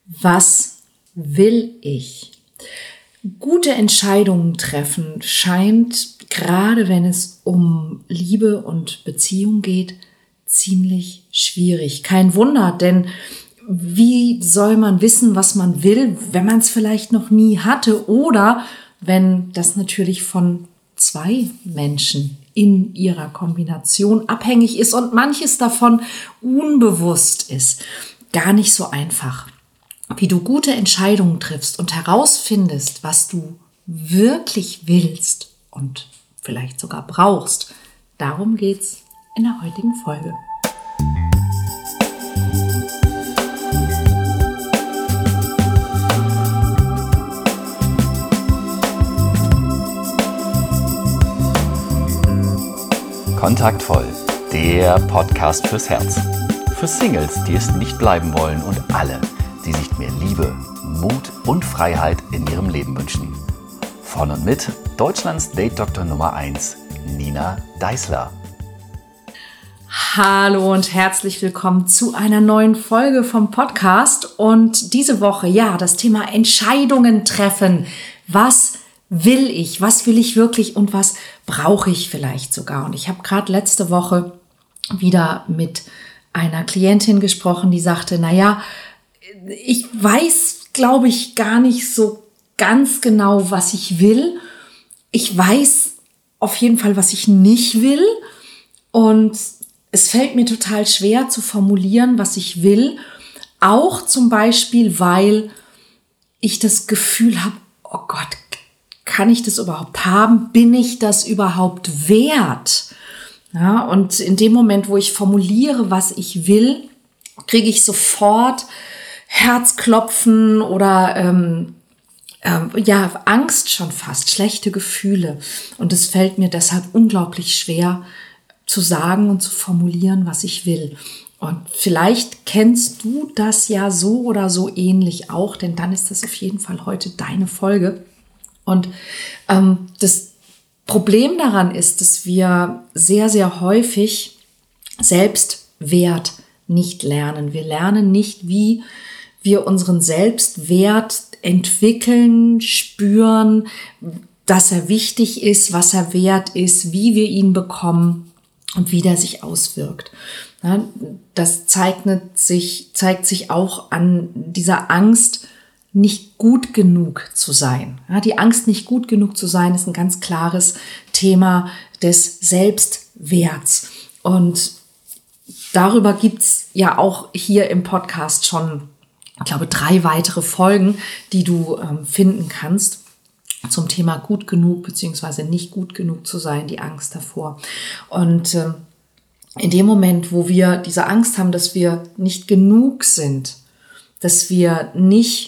Was will ich? Gute Entscheidungen treffen scheint, gerade wenn es um Liebe und Beziehung geht, ziemlich schwierig. Kein Wunder, denn wie soll man wissen, was man will, wenn man es vielleicht noch nie hatte oder wenn das natürlich von zwei Menschen in ihrer Kombination abhängig ist und manches davon unbewusst ist. Gar nicht so einfach. Wie du gute Entscheidungen triffst und herausfindest, was du wirklich willst und vielleicht sogar brauchst. Darum geht's in der heutigen Folge. Kontaktvoll, der Podcast fürs Herz. Für Singles, die es nicht bleiben wollen und alle, die sich mehr Liebe, Mut und Freiheit in ihrem Leben wünschen. Von und mit Deutschlands Date-Doktor Nummer 1, Nina Deißler. Hallo und herzlich willkommen zu einer neuen Folge vom Podcast. Und diese Woche, das Thema Entscheidungen treffen. Was will ich? Was will ich wirklich und was brauche ich vielleicht sogar? Und ich habe gerade letzte Woche wieder mit einer Klientin gesprochen, die sagte, ich weiß, glaube ich, gar nicht so ganz genau, was ich will. Ich weiß auf jeden Fall, was ich nicht will. Und es fällt mir total schwer zu formulieren, was ich will. Auch zum Beispiel, weil ich das Gefühl habe, oh Gott, kann ich das überhaupt haben? Bin ich das überhaupt wert? Ja, und in dem Moment, wo ich formuliere, was ich will, kriege ich sofort Herzklopfen oder Angst schon fast, schlechte Gefühle. Und es fällt mir deshalb unglaublich schwer zu sagen und zu formulieren, was ich will. Und vielleicht kennst du das ja so oder so ähnlich auch, denn dann ist das auf jeden Fall heute deine Folge. Und das Problem daran ist, dass wir sehr, sehr häufig Selbstwert nicht lernen. Wir lernen nicht, wie wir unseren Selbstwert entwickeln, spüren, dass er wichtig ist, was er wert ist, wie wir ihn bekommen und wie der sich auswirkt. Ja, das zeigt sich auch an dieser Angst, nicht gut genug zu sein. Ja, die Angst, nicht gut genug zu sein, ist ein ganz klares Thema des Selbstwerts. Und darüber gibt's ja auch hier im Podcast schon, ich glaube, 3 weitere Folgen, die du finden kannst zum Thema gut genug beziehungsweise nicht gut genug zu sein, die Angst davor. Und in dem Moment, wo wir diese Angst haben, dass wir nicht genug sind, dass wir nicht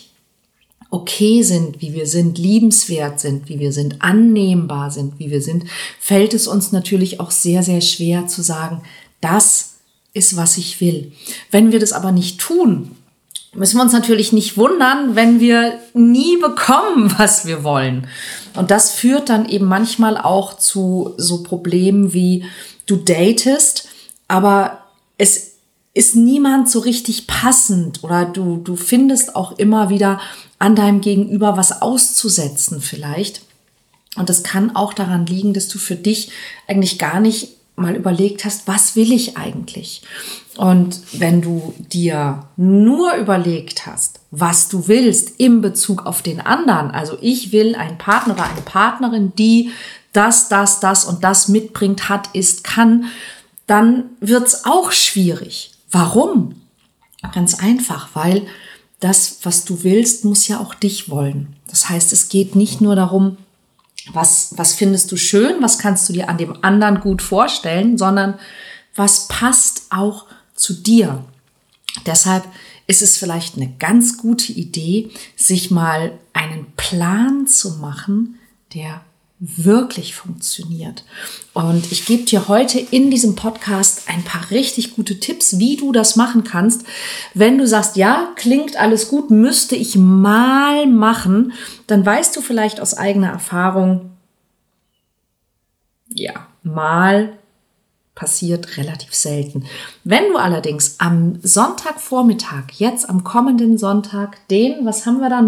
okay sind, wie wir sind, liebenswert sind, wie wir sind, annehmbar sind, wie wir sind, fällt es uns natürlich auch sehr, sehr schwer zu sagen, das ist, was ich will. Wenn wir das aber nicht tun, müssen wir uns natürlich nicht wundern, wenn wir nie bekommen, was wir wollen. Und das führt dann eben manchmal auch zu so Problemen wie du datest, aber es ist niemand so richtig passend oder du findest auch immer wieder an deinem Gegenüber was auszusetzen vielleicht. Und das kann auch daran liegen, dass du für dich eigentlich gar nicht mal überlegt hast, was will ich eigentlich? Und wenn du dir nur überlegt hast, was du willst in Bezug auf den anderen, also ich will einen Partner oder eine Partnerin, die das und das mitbringt, hat, ist, kann, dann wird's auch schwierig. Warum? Ganz einfach, weil das, was du willst, muss ja auch dich wollen. Das heißt, es geht nicht nur darum, was findest du schön, was kannst du dir an dem anderen gut vorstellen, sondern was passt auch zu dir. Deshalb ist es vielleicht eine ganz gute Idee, sich mal einen Plan zu machen, der wirklich funktioniert. Und ich gebe dir heute in diesem Podcast ein paar richtig gute Tipps, wie du das machen kannst. Wenn du sagst, ja, klingt alles gut, müsste ich mal machen, dann weißt du vielleicht aus eigener Erfahrung, ja, mal passiert relativ selten. Wenn du allerdings am Sonntagvormittag, jetzt am kommenden Sonntag, den, was haben wir da,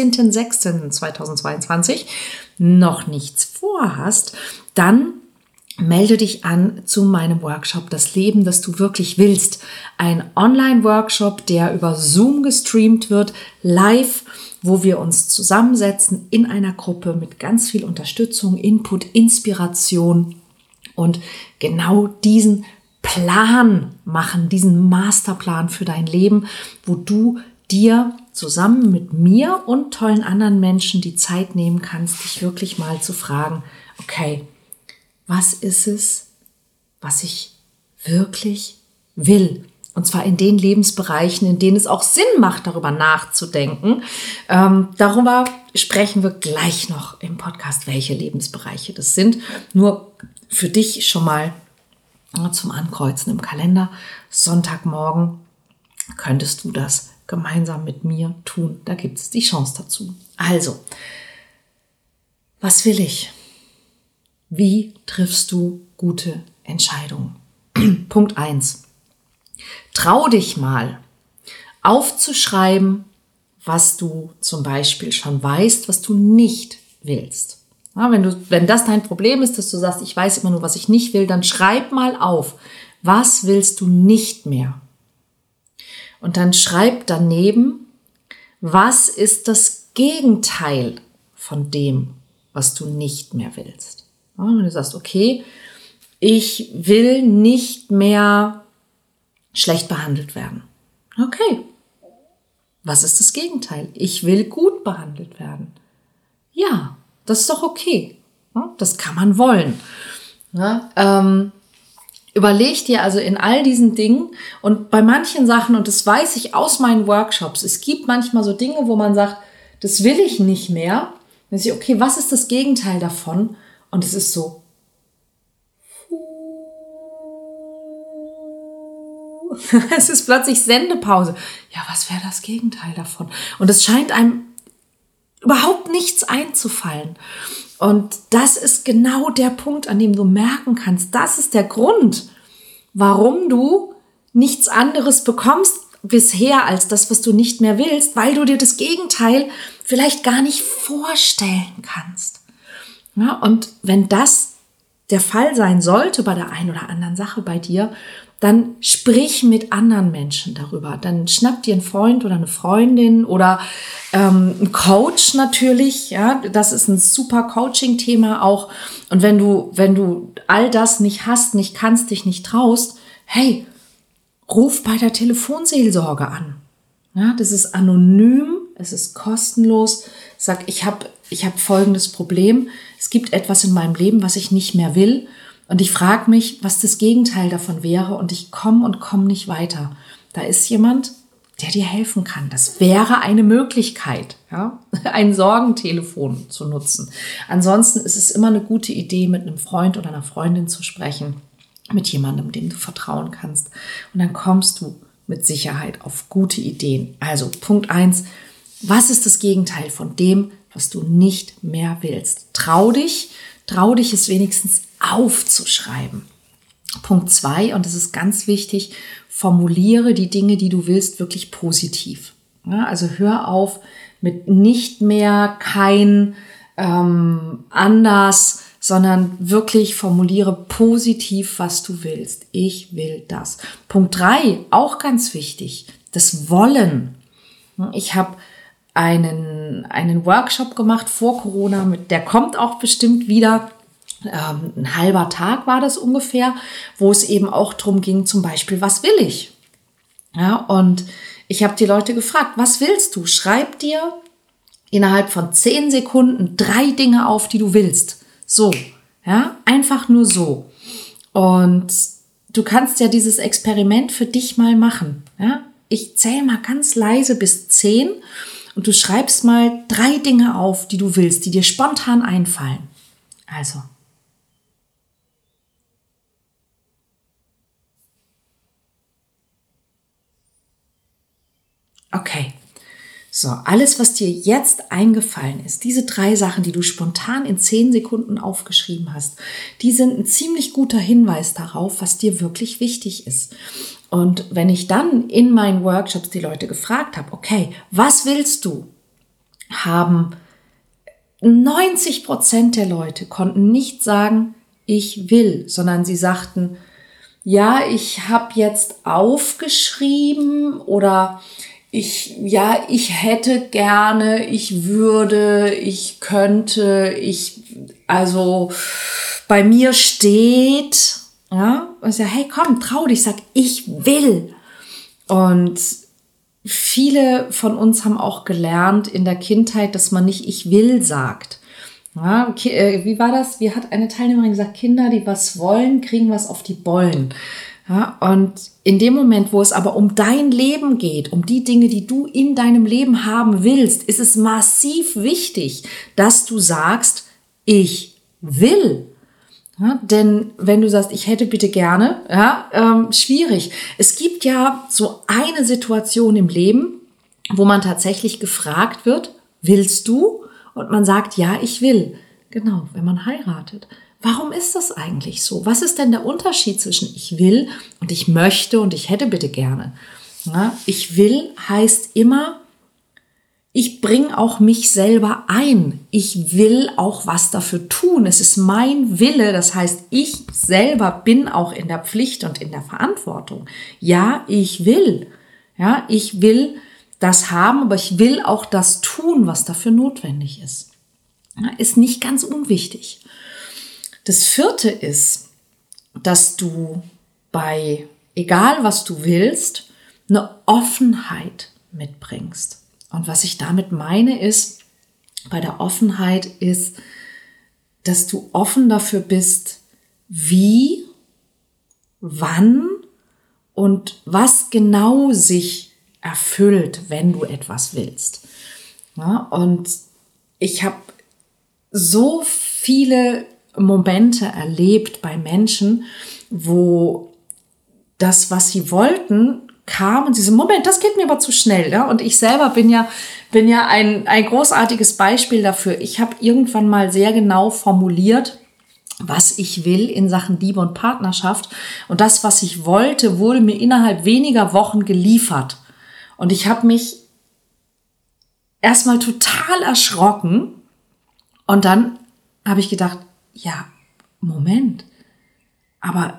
19.06.2022, noch nichts vorhast, dann melde dich an zu meinem Workshop Das Leben, das du wirklich willst. Ein Online-Workshop, der über Zoom gestreamt wird, live, wo wir uns zusammensetzen in einer Gruppe mit ganz viel Unterstützung, Input, Inspiration und genau diesen Plan machen, diesen Masterplan für dein Leben, wo du dir zusammen mit mir und tollen anderen Menschen die Zeit nehmen kannst, dich wirklich mal zu fragen, okay, was ist es, was ich wirklich will? Und zwar in den Lebensbereichen, in denen es auch Sinn macht, darüber nachzudenken. Darüber sprechen wir gleich noch im Podcast, welche Lebensbereiche das sind. Nur für dich schon mal zum Ankreuzen im Kalender. Sonntagmorgen könntest du das gemeinsam mit mir tun. Da gibt es die Chance dazu. Also, was will ich? Wie triffst du gute Entscheidungen? Punkt 1. Trau dich mal aufzuschreiben, was du zum Beispiel schon weißt, was du nicht willst. Ja, wenn das dein Problem ist, dass du sagst, ich weiß immer nur, was ich nicht will, dann schreib mal auf, was willst du nicht mehr? Und dann schreib daneben, was ist das Gegenteil von dem, was du nicht mehr willst? Ja, wenn du sagst, okay, ich will nicht mehr schlecht behandelt werden. Okay, was ist das Gegenteil? Ich will gut behandelt werden. Ja, das ist doch okay. Ja, das kann man wollen. Ja, überleg dir also in all diesen Dingen und bei manchen Sachen, und das weiß ich aus meinen Workshops, es gibt manchmal so Dinge, wo man sagt, das will ich nicht mehr. Dann sage ich, okay, was ist das Gegenteil davon? Und es ist so, es ist plötzlich Sendepause. Ja, was wäre das Gegenteil davon? Und es scheint einem überhaupt nichts einzufallen. Und das ist genau der Punkt, an dem du merken kannst, das ist der Grund, warum du nichts anderes bekommst bisher als das, was du nicht mehr willst, weil du dir das Gegenteil vielleicht gar nicht vorstellen kannst. Ja, und wenn das der Fall sein sollte bei der einen oder anderen Sache bei dir, dann sprich mit anderen Menschen darüber. Dann schnapp dir einen Freund oder eine Freundin oder einen Coach natürlich. Ja, das ist ein super Coaching-Thema auch. Und wenn du all das nicht hast, nicht kannst, dich nicht traust, hey, ruf bei der Telefonseelsorge an. Ja, das ist anonym, es ist kostenlos. Sag, ich hab folgendes Problem. Es gibt etwas in meinem Leben, was ich nicht mehr will. Und ich frage mich, was das Gegenteil davon wäre. Und ich komme nicht weiter. Da ist jemand, der dir helfen kann. Das wäre eine Möglichkeit, ja? Ein Sorgentelefon zu nutzen. Ansonsten ist es immer eine gute Idee, mit einem Freund oder einer Freundin zu sprechen. Mit jemandem, dem du vertrauen kannst. Und dann kommst du mit Sicherheit auf gute Ideen. Also Punkt 1, was ist das Gegenteil von dem, was du nicht mehr willst? Trau dich es wenigstens aufzuschreiben. Punkt 2, und das ist ganz wichtig, formuliere die Dinge, die du willst, wirklich positiv. Ja, also hör auf mit nicht mehr, kein, anders, sondern wirklich formuliere positiv, was du willst. Ich will das. Punkt 3, auch ganz wichtig, das Wollen. Ich habe einen Workshop gemacht vor Corona, der kommt auch bestimmt wieder. Ein halber Tag war das ungefähr, wo es eben auch darum ging, zum Beispiel, was will ich? Ja, und ich habe die Leute gefragt, was willst du? Schreib dir innerhalb von 10 Sekunden 3 Dinge auf, die du willst. So, ja, einfach nur so. Und du kannst ja dieses Experiment für dich mal machen. Ja? Ich zähle mal ganz leise bis 10 und du schreibst mal 3 Dinge auf, die du willst, die dir spontan einfallen. Also. Okay. So, alles, was dir jetzt eingefallen ist, diese 3 Sachen, die du spontan in 10 Sekunden aufgeschrieben hast, die sind ein ziemlich guter Hinweis darauf, was dir wirklich wichtig ist. Und wenn ich dann in meinen Workshops die Leute gefragt habe, okay, was willst du? Haben 90% der Leute konnten nicht sagen, ich will, sondern sie sagten, ja, ich habe jetzt aufgeschrieben oder ich hätte gerne, ich würde, ich könnte, also bei mir steht, ja, und ich sage, hey, komm, trau dich, sag, ich will. Und viele von uns haben auch gelernt in der Kindheit, dass man nicht ich will sagt. Ja, wie war das? Wie hat eine Teilnehmerin gesagt, Kinder, die was wollen, kriegen was auf die Bollen. Ja, und in dem Moment, wo es aber um dein Leben geht, um die Dinge, die du in deinem Leben haben willst, ist es massiv wichtig, dass du sagst, ich will. Ja, denn wenn du sagst, ich hätte bitte gerne, schwierig. Es gibt ja so eine Situation im Leben, wo man tatsächlich gefragt wird, willst du? Und man sagt, ja, ich will. Genau, wenn man heiratet. Warum ist das eigentlich so? Was ist denn der Unterschied zwischen ich will und ich möchte und ich hätte bitte gerne? Ja, ich will heißt immer, ich bringe auch mich selber ein. Ich will auch was dafür tun. Es ist mein Wille. Das heißt, ich selber bin auch in der Pflicht und in der Verantwortung. Ja, ich will. Ja, ich will das haben, aber ich will auch das tun, was dafür notwendig ist. Ja, ist nicht ganz unwichtig. Das 4. ist, dass du bei, egal was du willst, eine Offenheit mitbringst. Und was ich damit meine ist, bei der Offenheit ist, dass du offen dafür bist, wie, wann und was genau sich erfüllt, wenn du etwas willst. Ja, und ich habe so viele Momente erlebt bei Menschen, wo das, was sie wollten, kam und sie so, Moment, das geht mir aber zu schnell. Ja? Und ich selber bin ja ein großartiges Beispiel dafür. Ich habe irgendwann mal sehr genau formuliert, was ich will in Sachen Liebe und Partnerschaft. Und das, was ich wollte, wurde mir innerhalb weniger Wochen geliefert. Und ich habe mich erstmal total erschrocken. Und dann habe ich gedacht, ja, Moment, aber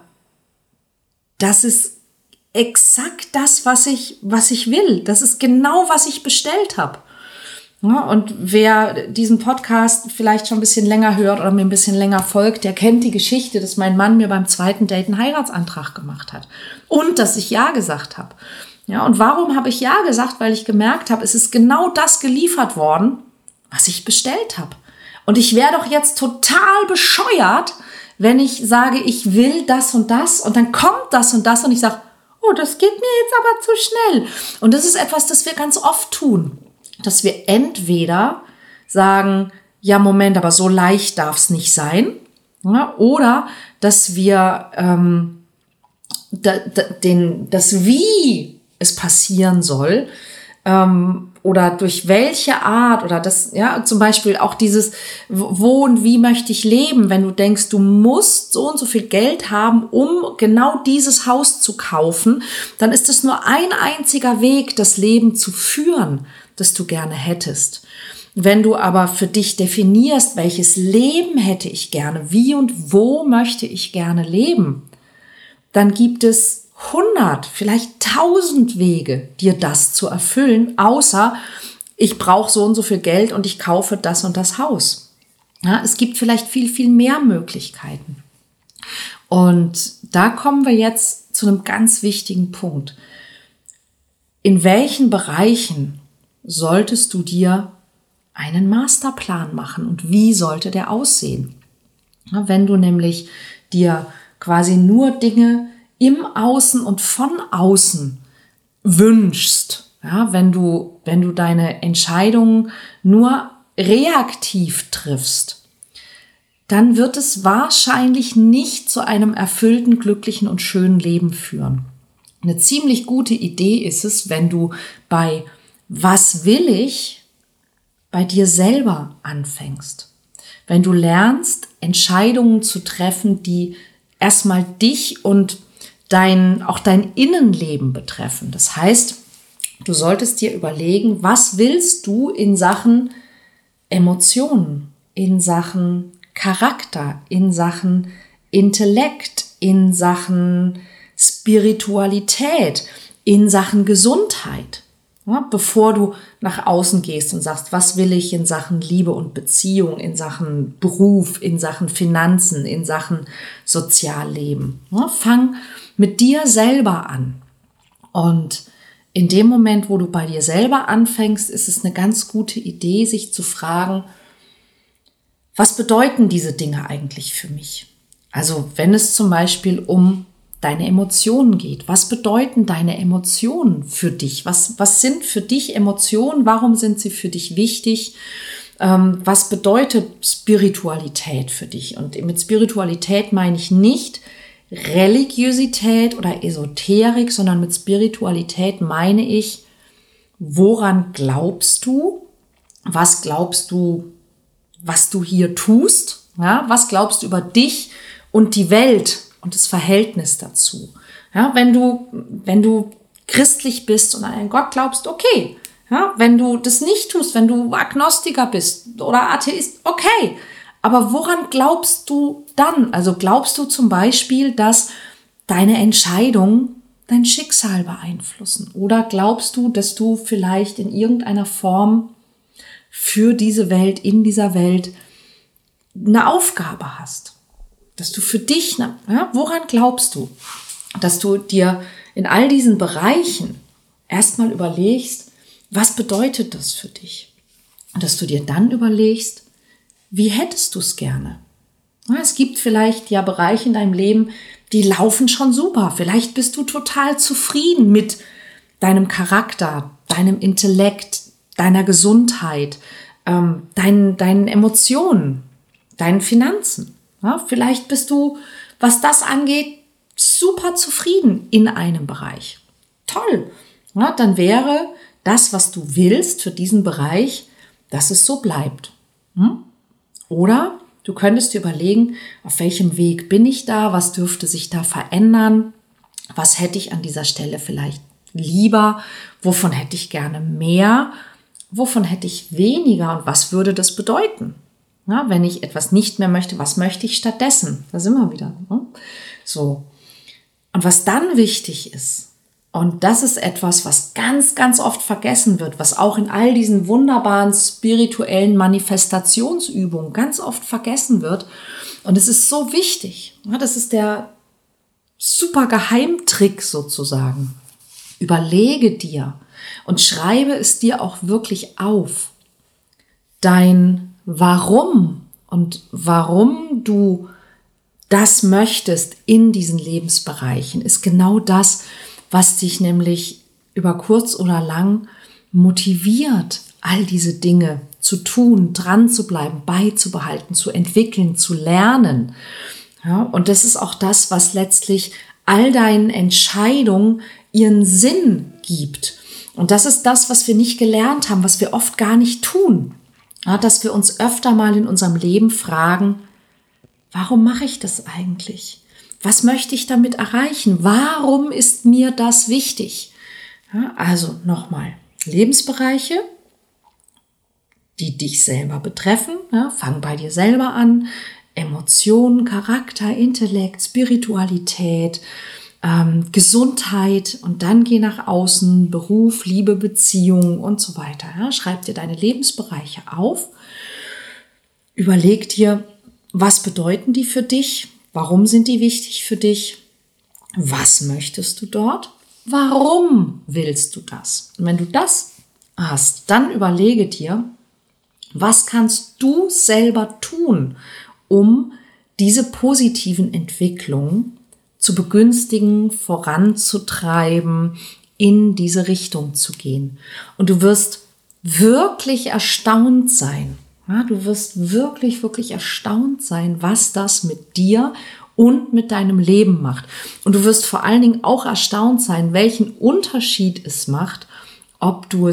das ist exakt das, was ich will. Das ist genau, was ich bestellt habe. Ja, und wer diesen Podcast vielleicht schon ein bisschen länger hört oder mir ein bisschen länger folgt, der kennt die Geschichte, dass mein Mann mir beim 2. Date einen Heiratsantrag gemacht hat und dass ich Ja gesagt habe. Ja, und warum habe ich Ja gesagt? Weil ich gemerkt habe, es ist genau das geliefert worden, was ich bestellt habe. Und ich wäre doch jetzt total bescheuert, wenn ich sage, ich will das und dann kommt das und ich sage, oh, das geht mir jetzt aber zu schnell. Und das ist etwas, das wir ganz oft tun, dass wir entweder sagen, ja, Moment, aber so leicht darf es nicht sein, ja, oder dass wir das Wie es passieren soll, oder durch welche Art oder das, ja, zum Beispiel auch dieses, wo und wie möchte ich leben, wenn du denkst, du musst so und so viel Geld haben, um genau dieses Haus zu kaufen, dann ist es nur ein einziger Weg, das Leben zu führen, das du gerne hättest. Wenn du aber für dich definierst, welches Leben hätte ich gerne, wie und wo möchte ich gerne leben, dann gibt es 100, vielleicht 1000 Wege, dir das zu erfüllen, außer ich brauche so und so viel Geld und ich kaufe das und das Haus. Ja, es gibt vielleicht viel, viel mehr Möglichkeiten. Und da kommen wir jetzt zu einem ganz wichtigen Punkt. In welchen Bereichen solltest du dir einen Masterplan machen und wie sollte der aussehen? Ja, wenn du nämlich dir quasi nur Dinge im Außen und von außen wünschst, ja, wenn du deine Entscheidungen nur reaktiv triffst, dann wird es wahrscheinlich nicht zu einem erfüllten, glücklichen und schönen Leben führen. Eine ziemlich gute Idee ist es, wenn du bei was will ich, bei dir selber anfängst. Wenn du lernst, Entscheidungen zu treffen, die erstmal dich und auch dein Innenleben betreffen. Das heißt, du solltest dir überlegen, was willst du in Sachen Emotionen, in Sachen Charakter, in Sachen Intellekt, in Sachen Spiritualität, in Sachen Gesundheit. Ja, bevor du nach außen gehst und sagst, was will ich in Sachen Liebe und Beziehung, in Sachen Beruf, in Sachen Finanzen, in Sachen Sozialleben. Ja, fang mit dir selber an. Und in dem Moment, wo du bei dir selber anfängst, ist es eine ganz gute Idee, sich zu fragen, was bedeuten diese Dinge eigentlich für mich? Also wenn es zum Beispiel um deine Emotionen geht. Was bedeuten deine Emotionen für dich? Was sind für dich Emotionen? Warum sind sie für dich wichtig? Was bedeutet Spiritualität für dich? Und mit Spiritualität meine ich nicht Religiosität oder Esoterik, sondern mit Spiritualität meine ich, woran glaubst du? Was glaubst du, was du hier tust? Ja, was glaubst du über dich und die Welt und das Verhältnis dazu? Ja, wenn du christlich bist und an einen Gott glaubst, okay. Ja, wenn du das nicht tust, wenn du Agnostiker bist oder Atheist, okay. Aber woran glaubst du dann? Also glaubst du zum Beispiel, dass deine Entscheidungen dein Schicksal beeinflussen? Oder glaubst du, dass du vielleicht in irgendeiner Form für diese Welt, in dieser Welt eine Aufgabe hast? Dass du für dich, woran glaubst du? Dass du dir in all diesen Bereichen erstmal überlegst, was bedeutet das für dich? Und dass du dir dann überlegst, wie hättest du es gerne? Es gibt vielleicht ja Bereiche in deinem Leben, die laufen schon super. Vielleicht bist du total zufrieden mit deinem Charakter, deinem Intellekt, deiner Gesundheit, deinen Emotionen, deinen Finanzen. Ja, vielleicht bist du, was das angeht, super zufrieden in einem Bereich. Toll. Ja, dann wäre das, was du willst für diesen Bereich, dass es so bleibt. Oder du könntest dir überlegen, auf welchem Weg bin ich da, was dürfte sich da verändern, was hätte ich an dieser Stelle vielleicht lieber, wovon hätte ich gerne mehr, wovon hätte ich weniger und was würde das bedeuten? Ja, wenn ich etwas nicht mehr möchte, was möchte ich stattdessen? Da sind wir wieder. So. Und was dann wichtig ist, und das ist etwas, was ganz, ganz oft vergessen wird, was auch in all diesen wunderbaren spirituellen Manifestationsübungen ganz oft vergessen wird. Und es ist so wichtig. Ja, das ist der super Geheimtrick sozusagen. Überlege dir und schreibe es dir auch wirklich auf. Dein Warum und warum du das möchtest in diesen Lebensbereichen ist genau das, was dich nämlich über kurz oder lang motiviert, all diese Dinge zu tun, dran zu bleiben, beizubehalten, zu entwickeln, zu lernen. Ja, und das ist auch das, was letztlich all deinen Entscheidungen ihren Sinn gibt. Und das ist das, was wir nicht gelernt haben, was wir oft gar nicht tun. Ja, dass wir uns öfter mal in unserem Leben fragen, warum mache ich das eigentlich? Was möchte ich damit erreichen? Warum ist mir das wichtig? Ja, also nochmal, Lebensbereiche, die dich selber betreffen. Ja, fang bei dir selber an. Emotionen, Charakter, Intellekt, Spiritualität, Gesundheit und dann geh nach außen, Beruf, Liebe, Beziehung und so weiter. Ja, schreib dir deine Lebensbereiche auf. Überleg dir, was bedeuten die für dich? Warum sind die wichtig für dich? Was möchtest du dort? Warum willst du das? Und wenn du das hast, dann überlege dir, was kannst du selber tun, um diese positiven Entwicklungen zu begünstigen, voranzutreiben, in diese Richtung zu gehen. Und du wirst wirklich erstaunt sein. Ja, du wirst wirklich, wirklich erstaunt sein, was das mit dir und mit deinem Leben macht. Und du wirst vor allen Dingen auch erstaunt sein, welchen Unterschied es macht, ob du es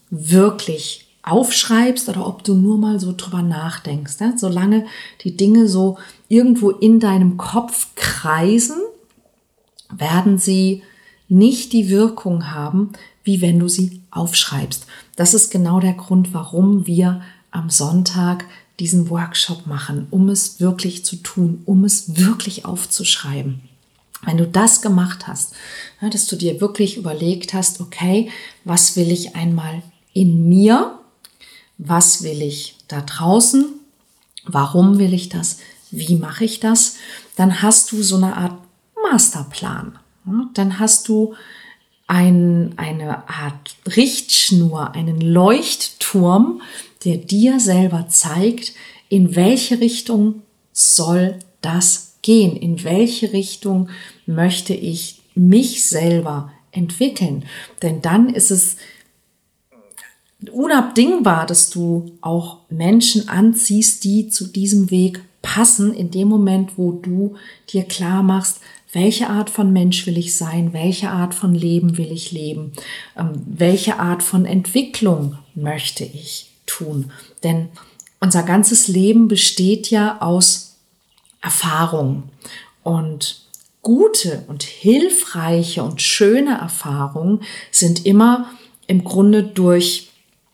wirklich aufschreibst oder ob du nur mal so drüber nachdenkst. Solange die Dinge so irgendwo in deinem Kopf kreisen, werden sie nicht die Wirkung haben, wie wenn du sie aufschreibst. Das ist genau der Grund, warum wir am Sonntag diesen Workshop machen, um es wirklich zu tun, um es wirklich aufzuschreiben. Wenn du das gemacht hast, dass du dir wirklich überlegt hast, okay, was will ich einmal in mir, was will ich da draußen, warum will ich das, wie mache ich das, dann hast du so eine Art Masterplan. Dann hast du eine Art Richtschnur, einen Leuchtturm, der dir selber zeigt, in welche Richtung soll das gehen, in welche Richtung möchte ich mich selber entwickeln. Denn dann ist es unabdingbar, dass du auch Menschen anziehst, die zu diesem Weg passen, in dem Moment, wo du dir klar machst, welche Art von Mensch will ich sein, welche Art von Leben will ich leben, welche Art von Entwicklung möchte ich tun. Denn unser ganzes Leben besteht ja aus Erfahrungen und gute und hilfreiche und schöne Erfahrungen sind immer im Grunde durch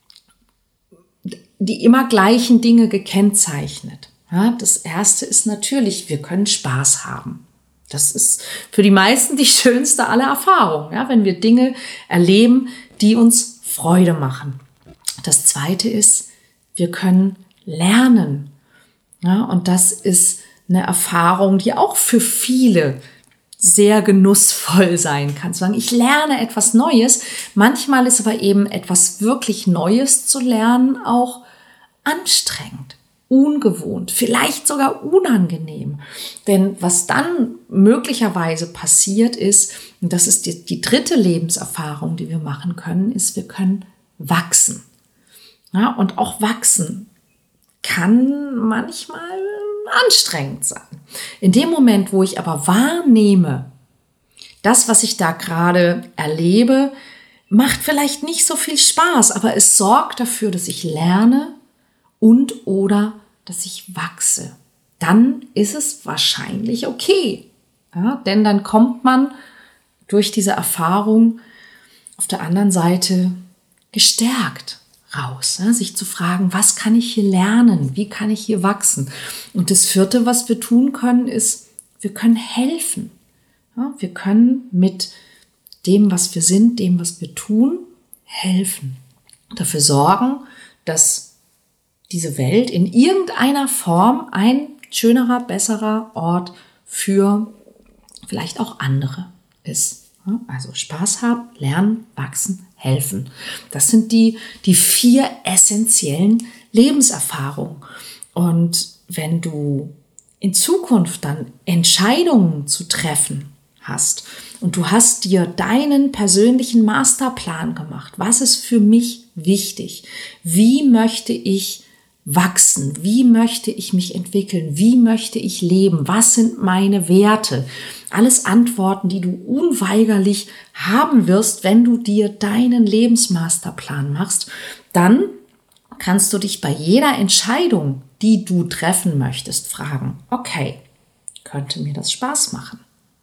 die immer gleichen Dinge gekennzeichnet. Ja, das erste ist natürlich, wir können Spaß haben. Das ist für die meisten die schönste aller Erfahrungen, ja, wenn wir Dinge erleben, die uns Freude machen. Das zweite ist, wir können lernen. Ja, und das ist eine Erfahrung, die auch für viele sehr genussvoll sein kann. Zu sagen, ich lerne etwas Neues. Manchmal ist aber eben etwas wirklich Neues zu lernen auch anstrengend, ungewohnt, vielleicht sogar unangenehm. Denn was dann möglicherweise passiert ist, und das ist die dritte Lebenserfahrung, die wir machen können, ist, wir können wachsen. Ja, und auch wachsen kann manchmal anstrengend sein. In dem Moment, wo ich aber wahrnehme, das, was ich da gerade erlebe, macht vielleicht nicht so viel Spaß, aber es sorgt dafür, dass ich lerne und oder dass ich wachse. Dann ist es wahrscheinlich okay. Ja, denn dann kommt man durch diese Erfahrung auf der anderen Seite gestärkt raus, sich zu fragen, was kann ich hier lernen, wie kann ich hier wachsen. Und das vierte, was wir tun können, ist, wir können helfen. Ja, wir können mit dem, was wir sind, dem, was wir tun, helfen. Dafür sorgen, dass diese Welt in irgendeiner Form ein schönerer, besserer Ort für vielleicht auch andere ist. Also Spaß haben, lernen, wachsen, helfen. Das sind die 4 essentiellen Lebenserfahrungen. Und wenn du in Zukunft dann Entscheidungen zu treffen hast und du hast dir deinen persönlichen Masterplan gemacht, was ist für mich wichtig? Wie möchte ich wachsen? Wie möchte ich mich entwickeln? Wie möchte ich leben? Was sind meine Werte? Alles Antworten, die du unweigerlich haben wirst, wenn du dir deinen Lebensmasterplan machst. Dann kannst du dich bei jeder Entscheidung, die du treffen möchtest, fragen, okay, könnte mir das Spaß machen?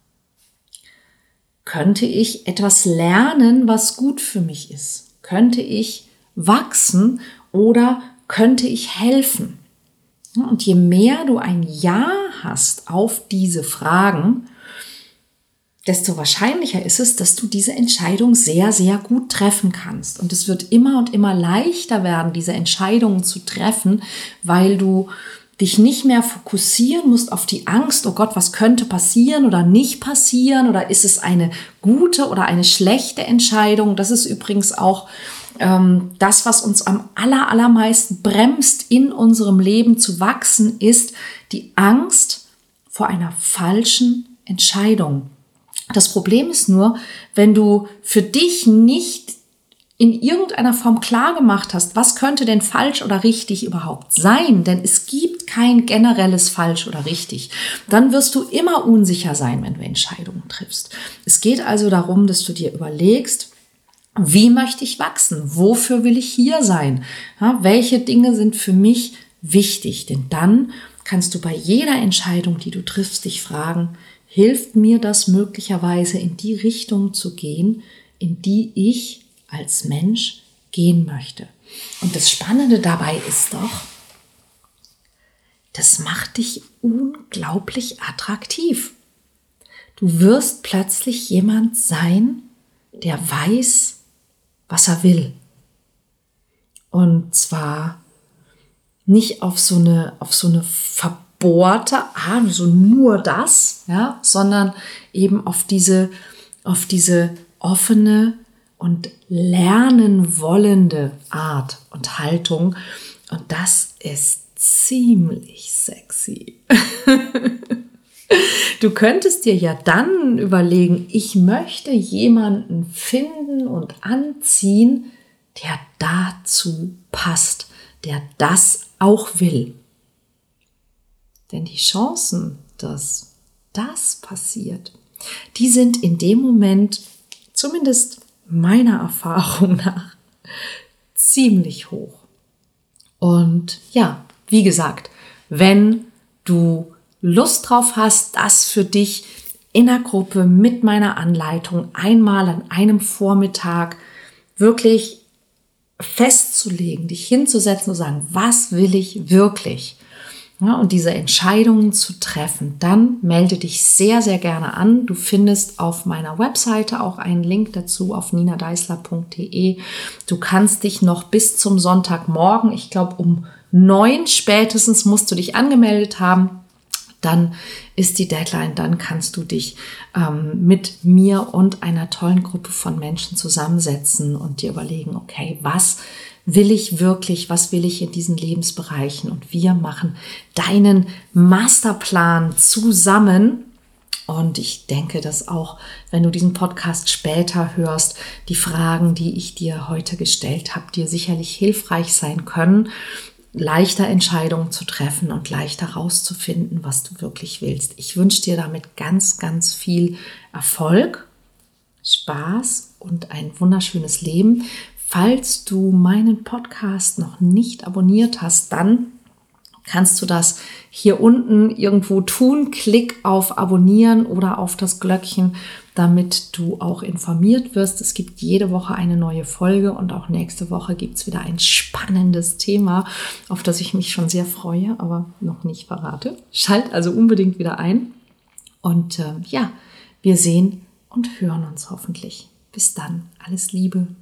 Könnte ich etwas lernen, was gut für mich ist? Könnte ich wachsen oder könnte ich helfen? Und je mehr du ein Ja hast auf diese Fragen, desto wahrscheinlicher ist es, dass du diese Entscheidung sehr, sehr gut treffen kannst. Und es wird immer und immer leichter werden, diese Entscheidungen zu treffen, weil du dich nicht mehr fokussieren musst auf die Angst, oh Gott, was könnte passieren oder nicht passieren oder ist es eine gute oder eine schlechte Entscheidung. Das ist übrigens auch das, was uns am allermeisten bremst, in unserem Leben zu wachsen, ist die Angst vor einer falschen Entscheidung. Das Problem ist nur, wenn du für dich nicht in irgendeiner Form klar gemacht hast, was könnte denn falsch oder richtig überhaupt sein, denn es gibt kein generelles falsch oder richtig, dann wirst du immer unsicher sein, wenn du Entscheidungen triffst. Es geht also darum, dass du dir überlegst, Wie möchte ich wachsen? Wofür will ich hier sein? Ja, welche Dinge sind für mich wichtig? Denn dann kannst du bei jeder Entscheidung, die du triffst, dich fragen, hilft mir das möglicherweise in die Richtung zu gehen, in die ich als Mensch gehen möchte? Und das Spannende dabei ist doch, das macht dich unglaublich attraktiv. Du wirst plötzlich jemand sein, der weiß, was er will. Und zwar nicht auf so eine verbohrte Art, so nur das, ja, sondern eben auf diese offene und lernen wollende Art und Haltung. Und das ist ziemlich sexy. Du könntest dir ja dann überlegen, ich möchte jemanden finden und anziehen, der dazu passt, der das auch will. Denn die Chancen, dass das passiert, die sind in dem Moment, zumindest meiner Erfahrung nach, ziemlich hoch. Und ja, wie gesagt, wenn du Lust drauf hast, das für dich in der Gruppe mit meiner Anleitung einmal an einem Vormittag wirklich festzulegen, dich hinzusetzen und sagen, was will ich wirklich? Ja, und diese Entscheidungen zu treffen, dann melde dich sehr, sehr gerne an. Du findest auf meiner Webseite auch einen Link dazu auf ninadeisler.de. Du kannst dich noch bis zum Sonntagmorgen, ich glaube um 9 spätestens musst du dich angemeldet haben. Dann ist die Deadline, dann kannst du dich mit mir und einer tollen Gruppe von Menschen zusammensetzen und dir überlegen, okay, was will ich wirklich, was will ich in diesen Lebensbereichen? Und wir machen deinen Masterplan zusammen. Und ich denke, dass auch, wenn du diesen Podcast später hörst, die Fragen, die ich dir heute gestellt habe, dir sicherlich hilfreich sein können, leichter Entscheidungen zu treffen und leichter rauszufinden, was du wirklich willst. Ich wünsche dir damit ganz, ganz viel Erfolg, Spaß und ein wunderschönes Leben. Falls du meinen Podcast noch nicht abonniert hast, dann kannst du das hier unten irgendwo tun. Klick auf Abonnieren oder auf das Glöckchen, damit du auch informiert wirst. Es gibt jede Woche eine neue Folge und auch nächste Woche gibt es wieder ein spannendes Thema, auf das ich mich schon sehr freue, aber noch nicht verrate. Schalt also unbedingt wieder ein. Und wir sehen und hören uns hoffentlich. Bis dann. Alles Liebe.